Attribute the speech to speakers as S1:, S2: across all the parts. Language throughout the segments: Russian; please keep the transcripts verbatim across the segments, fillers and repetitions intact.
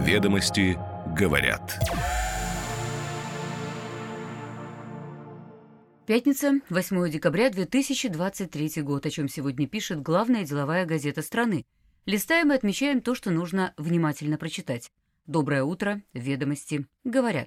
S1: Ведомости говорят.
S2: Пятница, восьмое декабря две тысячи двадцать третий год, о чем сегодня пишет главная деловая газета страны. Листаем и отмечаем то, что нужно внимательно прочитать. Доброе утро, ведомости говорят.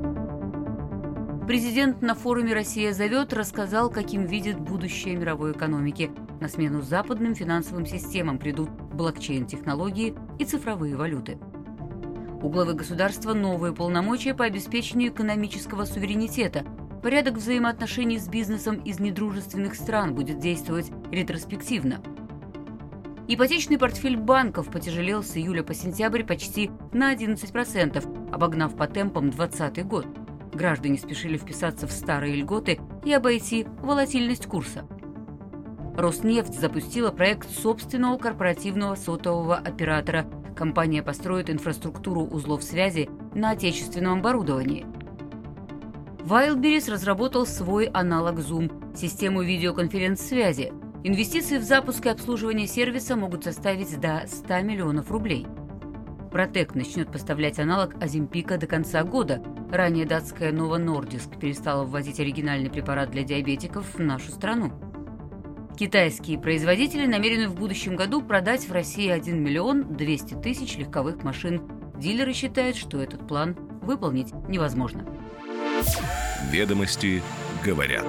S2: Президент на форуме «Россия зовет» рассказал, каким видит будущее мировой экономики. На смену западным финансовым системам придут блокчейн-технологии и цифровые валюты. У главы государства новые полномочия по обеспечению экономического суверенитета. Порядок взаимоотношений с бизнесом из недружественных стран будет действовать ретроспективно. Ипотечный портфель банков потяжелел с июля по сентябрь почти на одиннадцать процентов, обогнав по темпам двадцатый год. Граждане спешили вписаться в старые льготы и обойти волатильность курса. Роснефть запустила проект собственного корпоративного сотового оператора. Компания построит инфраструктуру узлов связи на отечественном оборудовании. Wildberries разработал свой аналог Zoom – систему видеоконференц-связи. Инвестиции в запуск и обслуживание сервиса могут составить до ста миллионов рублей. Протек начнет поставлять аналог Оземпика до конца года. Ранее датская Novo Nordisk перестала ввозить оригинальный препарат для диабетиков в нашу страну. Китайские производители намерены в будущем году продать в России один миллион двести тысяч легковых машин. Дилеры считают, что этот план выполнить невозможно.
S1: Ведомости говорят.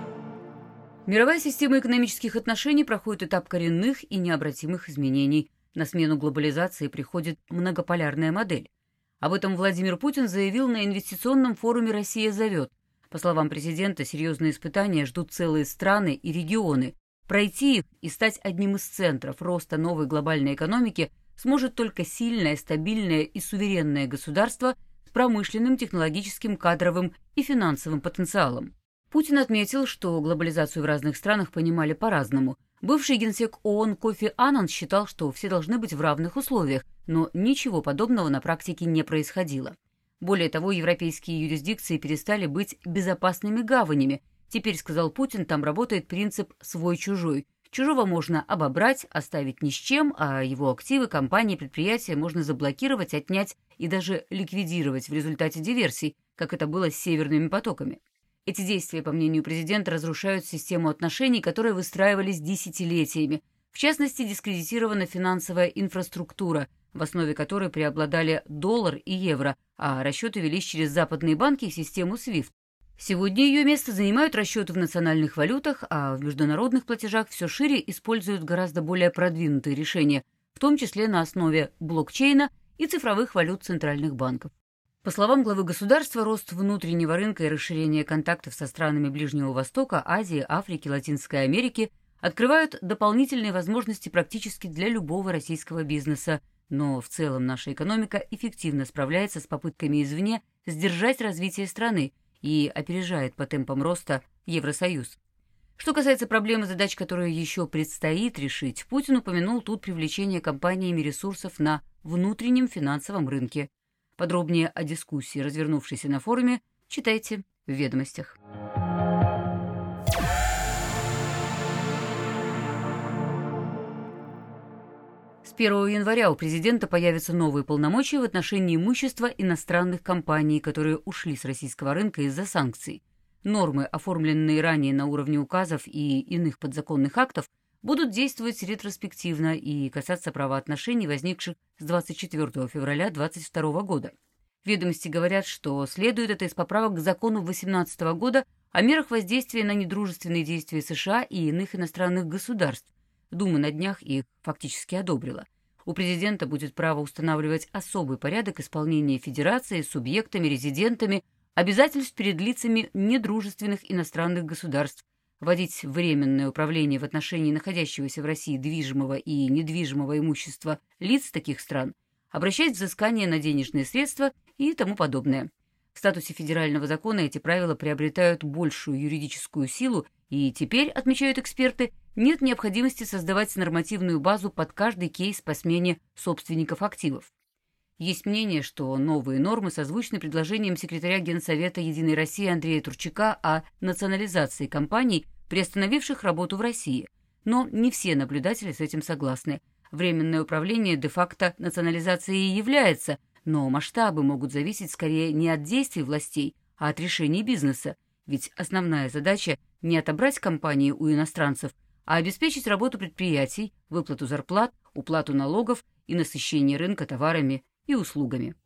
S2: Мировая система экономических отношений проходит этап коренных и необратимых изменений. На смену глобализации приходит многополярная модель. Об этом Владимир Путин заявил на инвестиционном форуме «Россия зовет». По словам президента, серьезные испытания ждут целые страны и регионы. Пройти их и стать одним из центров роста новой глобальной экономики сможет только сильное, стабильное и суверенное государство с промышленным, технологическим, кадровым и финансовым потенциалом. Путин отметил, что глобализацию в разных странах понимали по-разному. Бывший генсек ООН Кофи Аннан считал, что все должны быть в равных условиях, но ничего подобного на практике не происходило. Более того, европейские юрисдикции перестали быть безопасными гаванями. Теперь, сказал Путин, там работает принцип «свой-чужой». Чужого можно обобрать, оставить ни с чем, а его активы, компании, предприятия можно заблокировать, отнять и даже ликвидировать в результате диверсий, как это было с северными потоками. Эти действия, по мнению президента, разрушают систему отношений, которые выстраивались десятилетиями. В частности, дискредитирована финансовая инфраструктура, в основе которой преобладали доллар и евро, а расчеты велись через западные банки и систему свифт. Сегодня ее место занимают расчеты в национальных валютах, а в международных платежах все шире используют гораздо более продвинутые решения, в том числе на основе блокчейна и цифровых валют центральных банков. По словам главы государства, рост внутреннего рынка и расширение контактов со странами Ближнего Востока, Азии, Африки, Латинской Америки открывают дополнительные возможности практически для любого российского бизнеса, но в целом наша экономика эффективно справляется с попытками извне сдержать развитие страны и опережает по темпам роста Евросоюз. Что касается проблем и задач, которые еще предстоит решить, Путин упомянул тут привлечение компаниями ресурсов на внутреннем финансовом рынке. Подробнее о дискуссии, развернувшейся на форуме, читайте в «Ведомостях». С первого января у президента появятся новые полномочия в отношении имущества иностранных компаний, которые ушли с российского рынка из-за санкций. Нормы, оформленные ранее на уровне указов и иных подзаконных актов, будут действовать ретроспективно и касаться правоотношений, возникших с двадцать четвёртого февраля две тысячи двадцать второго года. Ведомости говорят, что следует это из поправок к закону две тысячи восемнадцатого года о мерах воздействия на недружественные действия США и иных иностранных государств. Дума на днях их фактически одобрила. У президента будет право устанавливать особый порядок исполнения Федерации, субъектами, резидентами, обязательств перед лицами недружественных иностранных государств, вводить временное управление в отношении находящегося в России движимого и недвижимого имущества лиц таких стран, обращать взыскание на денежные средства и тому подобное. В статусе федерального закона эти правила приобретают большую юридическую силу, и теперь, отмечают эксперты, нет необходимости создавать нормативную базу под каждый кейс по смене собственников активов. Есть мнение, что новые нормы созвучны предложениям секретаря Генсовета «Единой России» Андрея Турчака о национализации компаний, приостановивших работу в России. Но не все наблюдатели с этим согласны. Временное управление де-факто национализацией и является, Но масштабы могут зависеть скорее не от действий властей, а от решений бизнеса. Ведь основная задача не отобрать компании у иностранцев, а обеспечить работу предприятий, выплату зарплат, уплату налогов и насыщение рынка товарами и услугами.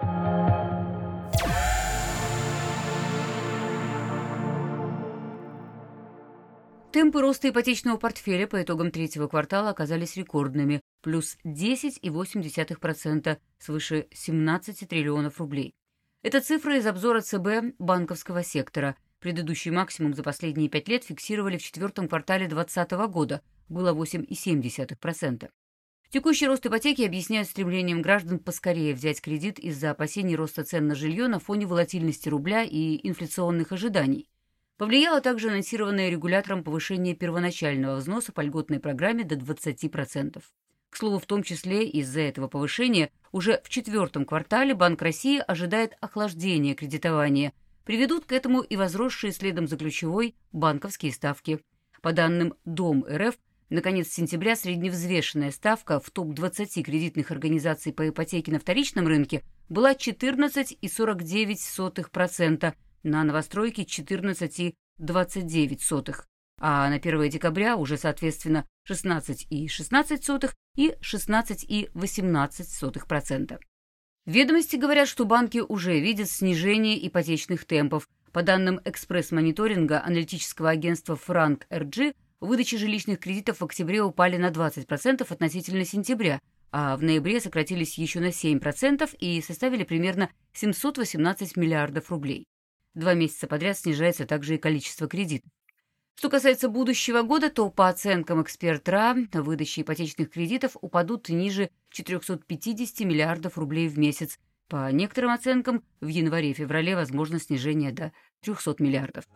S2: Темпы роста ипотечного портфеля по итогам третьего квартала оказались рекордными – плюс десять целых восемь десятых процента, свыше семнадцати триллионов рублей. Это цифры из обзора ЦБ банковского сектора. Предыдущий максимум за последние пять лет фиксировали в четвертом квартале две тысячи двадцатого года, было восемь целых семь десятых процента. Текущий рост ипотеки объясняют стремлением граждан поскорее взять кредит из-за опасений роста цен на жилье на фоне волатильности рубля и инфляционных ожиданий. Повлияло также анонсированное регулятором повышение первоначального взноса по льготной программе до двадцати процентов. К слову, в том числе из-за этого повышения уже в четвертом квартале Банк России ожидает охлаждения кредитования. Приведут к этому и возросшие следом за ключевой банковские ставки. По данным Дом.РФ, на конец сентября средневзвешенная ставка в топ двадцати кредитных организаций по ипотеке на вторичном рынке была четырнадцать целых сорок девять сотых процента, на новостройки четырнадцать целых двадцать девять сотых процента, а на первое декабря уже, соответственно, шестнадцать целых шестнадцать сотых процента и шестнадцать целых восемнадцать сотых процента. Ведомости говорят, что банки уже видят снижение ипотечных темпов. По данным экспресс-мониторинга аналитического агентства Frank эр джи, выдачи жилищных кредитов в октябре упали на двадцать процентов относительно сентября, а в ноябре сократились еще на семь процентов и составили примерно семьсот восемнадцать миллиардов рублей. Два месяца подряд снижается также и количество кредитов. Что касается будущего года, то по оценкам эксперт.ра выдачи ипотечных кредитов упадут ниже четырехсот пятидесяти миллиардов рублей в месяц. По некоторым оценкам, в январе-феврале возможно снижение до трехсот миллиардов.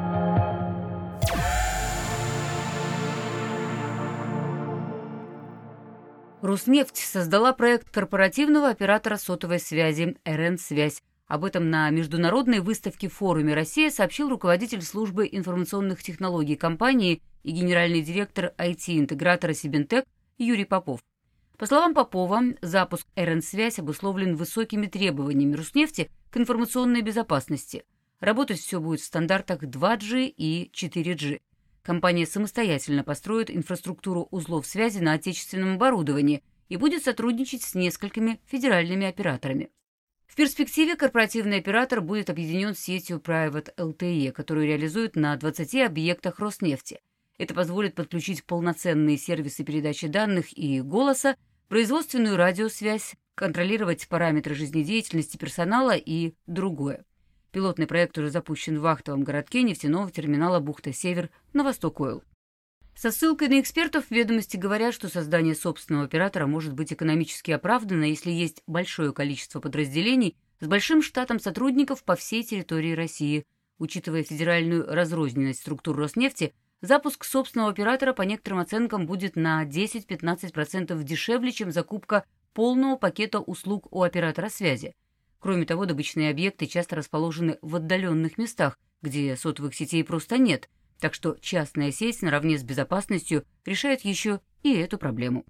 S2: Роснефть создала проект корпоративного оператора сотовой связи эр эн-связь. Об этом на международной выставке в форуме «Россия» сообщил руководитель службы информационных технологий компании и генеральный директор ай ти-интегратора Сибинтек Юрий Попов. По словам Попова, запуск эр эн-связь обусловлен высокими требованиями Роснефти к информационной безопасности. Работать все будет в стандартах два джи и четыре джи. Компания самостоятельно построит инфраструктуру узлов связи на отечественном оборудовании и будет сотрудничать с несколькими федеральными операторами. В перспективе корпоративный оператор будет объединен с сетью Private эл ти и, которую реализуют на двадцати объектах Роснефти. Это позволит подключить полноценные сервисы передачи данных и голоса, производственную радиосвязь, контролировать параметры жизнедеятельности персонала и другое. Пилотный проект уже запущен в вахтовом городке нефтяного терминала «Бухта-Север» на Восток-Ойл. Со ссылкой на экспертов ведомости говорят, что создание собственного оператора может быть экономически оправдано, если есть большое количество подразделений с большим штатом сотрудников по всей территории России. Учитывая федеральную разрозненность структур Роснефти, запуск собственного оператора по некоторым оценкам будет на десять-пятнадцать процентов дешевле, чем закупка полного пакета услуг у оператора связи. Кроме того, добычные объекты часто расположены в отдаленных местах, где сотовых сетей просто нет, так что частная сеть наравне с безопасностью решает еще и эту проблему.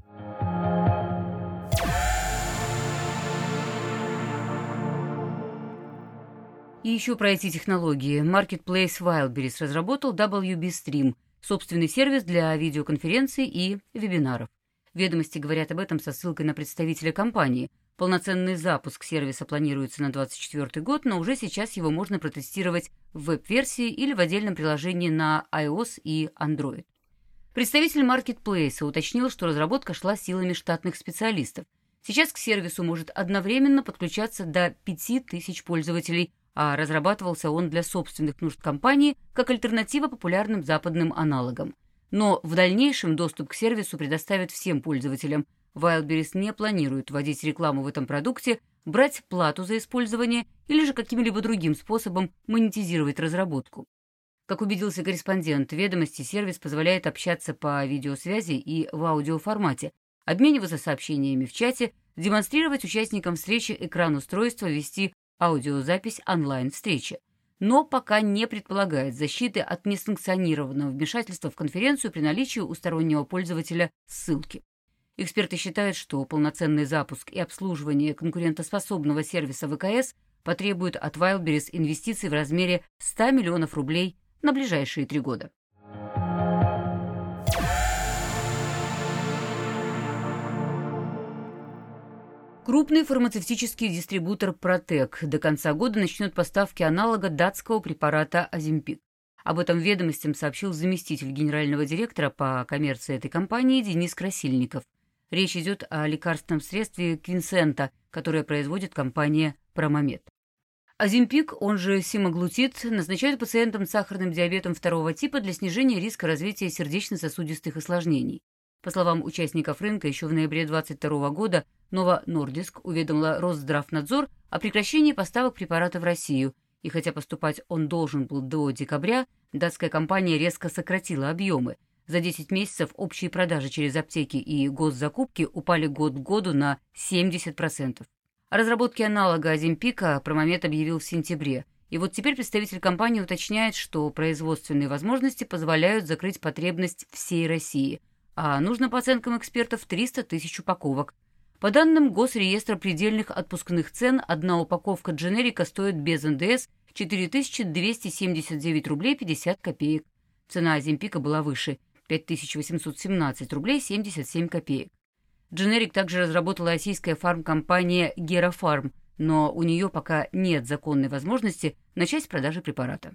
S2: И еще про эти технологии. Marketplace Wildberries разработал дабл ю би Stream, собственный сервис для видеоконференций и вебинаров. Ведомости говорят об этом со ссылкой на представителя компании. Полноценный запуск сервиса планируется на двадцать четвёртый год, но уже сейчас его можно протестировать в веб-версии или в отдельном приложении на iOS и Android. Представитель Marketplace уточнил, что разработка шла силами штатных специалистов. Сейчас к сервису может одновременно подключаться до пяти тысяч пользователей, а разрабатывался он для собственных нужд компании как альтернатива популярным западным аналогам. Но в дальнейшем доступ к сервису предоставят всем пользователям. Wildberries не планирует вводить рекламу в этом продукте, брать плату за использование или же каким-либо другим способом монетизировать разработку. Как убедился корреспондент «Ведомости», сервис позволяет общаться по видеосвязи и в аудиоформате, обмениваться сообщениями в чате, демонстрировать участникам встречи экран устройства, вести аудиозапись онлайн-встречи. Но пока не предполагает защиты от несанкционированного вмешательства в конференцию при наличии у стороннего пользователя ссылки. Эксперты считают, что полноценный запуск и обслуживание конкурентоспособного сервиса ВКС потребует от Wildberries инвестиций в размере ста миллионов рублей на ближайшие три года. Крупный фармацевтический дистрибутор Протек до конца года начнет поставки аналога датского препарата Оземпик. Об этом «Ведомостям» сообщил заместитель генерального директора по коммерции этой компании Денис Красильников. Речь идет о лекарственном средстве Квинсента, которое производит компания Промомед. Оземпик, он же семаглутид, назначают пациентам с сахарным диабетом второго типа для снижения риска развития сердечно-сосудистых осложнений. По словам участников рынка, еще в ноябре две тысячи двадцать второго года Novo Nordisk уведомила Росздравнадзор о прекращении поставок препарата в Россию, и хотя поступать он должен был до декабря, датская компания резко сократила объемы. За десять месяцев общие продажи через аптеки и госзакупки упали год к году на семьдесят процентов. О разработке аналога Оземпика Промомед объявил в сентябре. И вот теперь представитель компании уточняет, что производственные возможности позволяют закрыть потребность всей России, а нужно, по оценкам экспертов, триста тысяч упаковок. По данным Госреестра предельных отпускных цен, одна упаковка дженерика стоит без эн дэ эс четыре тысячи двести семьдесят девять рублей пятьдесят копеек. Цена Оземпика была выше – пять тысяч восемьсот семнадцать рублей семьдесят семь копеек. Дженерик также разработала российская фармкомпания Герафарм, но у нее пока нет законной возможности начать с продажи препарата.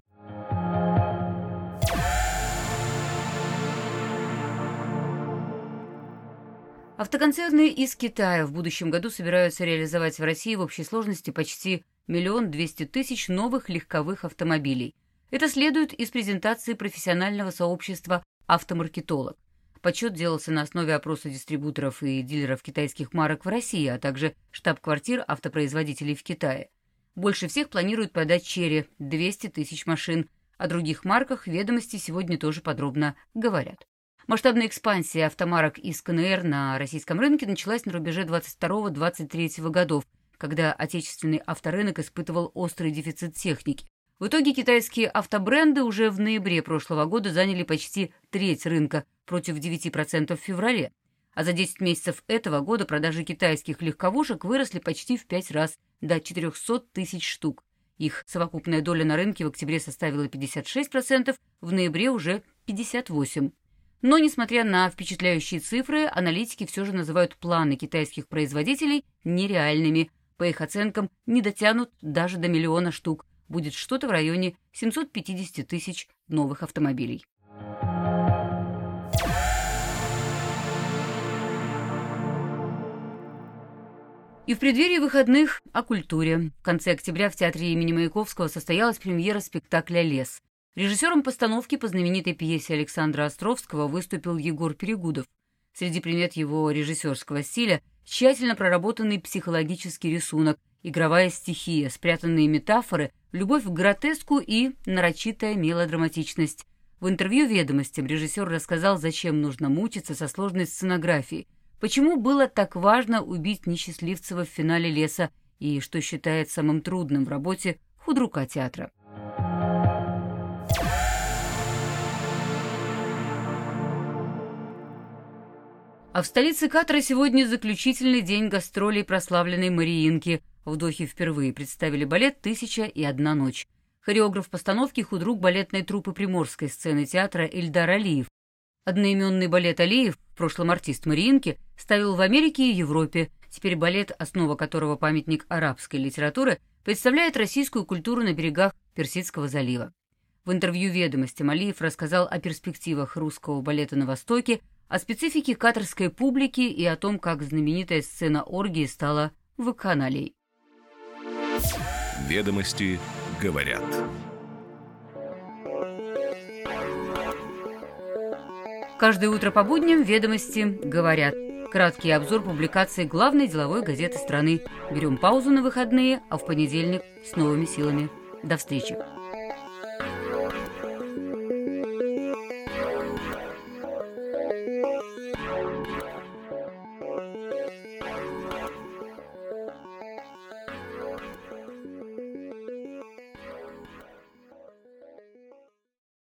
S2: Автоконцерны из Китая в будущем году собираются реализовать в России в общей сложности почти миллион двести тысяч новых легковых автомобилей. Это следует из презентации профессионального сообщества «Автомаркетолог». Подсчет делался на основе опроса дистрибуторов и дилеров китайских марок в России, а также штаб-квартир автопроизводителей в Китае. Больше всех планируют продать Chery – двести тысяч машин. О других марках «Ведомости» сегодня тоже подробно говорят. Масштабная экспансия автомарок из ка эн эр на российском рынке началась на рубеже двадцать второго — двадцать третьего годов, когда отечественный авторынок испытывал острый дефицит техники. В итоге китайские автобренды уже в ноябре прошлого года заняли почти треть рынка против девяти процентов в феврале. А за десять месяцев этого года продажи китайских легковушек выросли почти в пять раз, до четырехсот тысяч штук. Их совокупная доля на рынке в октябре составила пятьдесят шесть процентов, в ноябре уже пятьдесят восемь процентов. Но, несмотря на впечатляющие цифры, аналитики все же называют планы китайских производителей нереальными. По их оценкам, не дотянут даже до миллиона штук. Будет что-то в районе семисот пятидесяти тысяч новых автомобилей. И в преддверии выходных о культуре. В конце октября в театре имени Маяковского состоялась премьера спектакля «Лес». Режиссером постановки по знаменитой пьесе Александра Островского выступил Егор Перегудов. Среди примет его режиссерского стиля – тщательно проработанный психологический рисунок, игровая стихия, спрятанные метафоры, любовь к гротеску и нарочитая мелодраматичность. В интервью «Ведомостям» режиссер рассказал, зачем нужно мучиться со сложной сценографией, почему было так важно убить Несчастливцева в финале «Леса» и что считает самым трудным в работе худрука театра. А в столице Катара сегодня заключительный день гастролей прославленной Мариинки. В Дохе впервые представили балет «Тысяча и одна ночь». Хореограф постановки — худрук балетной труппы приморской сцены театра Эльдар Алиев. Одноименный балет Алиев, в прошлом артист Мариинки, ставил в Америке и Европе. Теперь балет, основа которого памятник арабской литературы, представляет российскую культуру на берегах Персидского залива. В интервью «Ведомостям» Алиев рассказал о перспективах русского балета на Востоке, о специфике катарской публики и о том, как знаменитая сцена оргии стала вакханалией.
S1: Ведомости говорят.
S2: Каждое утро по будням «Ведомости говорят». Краткий обзор публикаций главной деловой газеты страны. Берем паузу на выходные, а в понедельник с новыми силами. До встречи.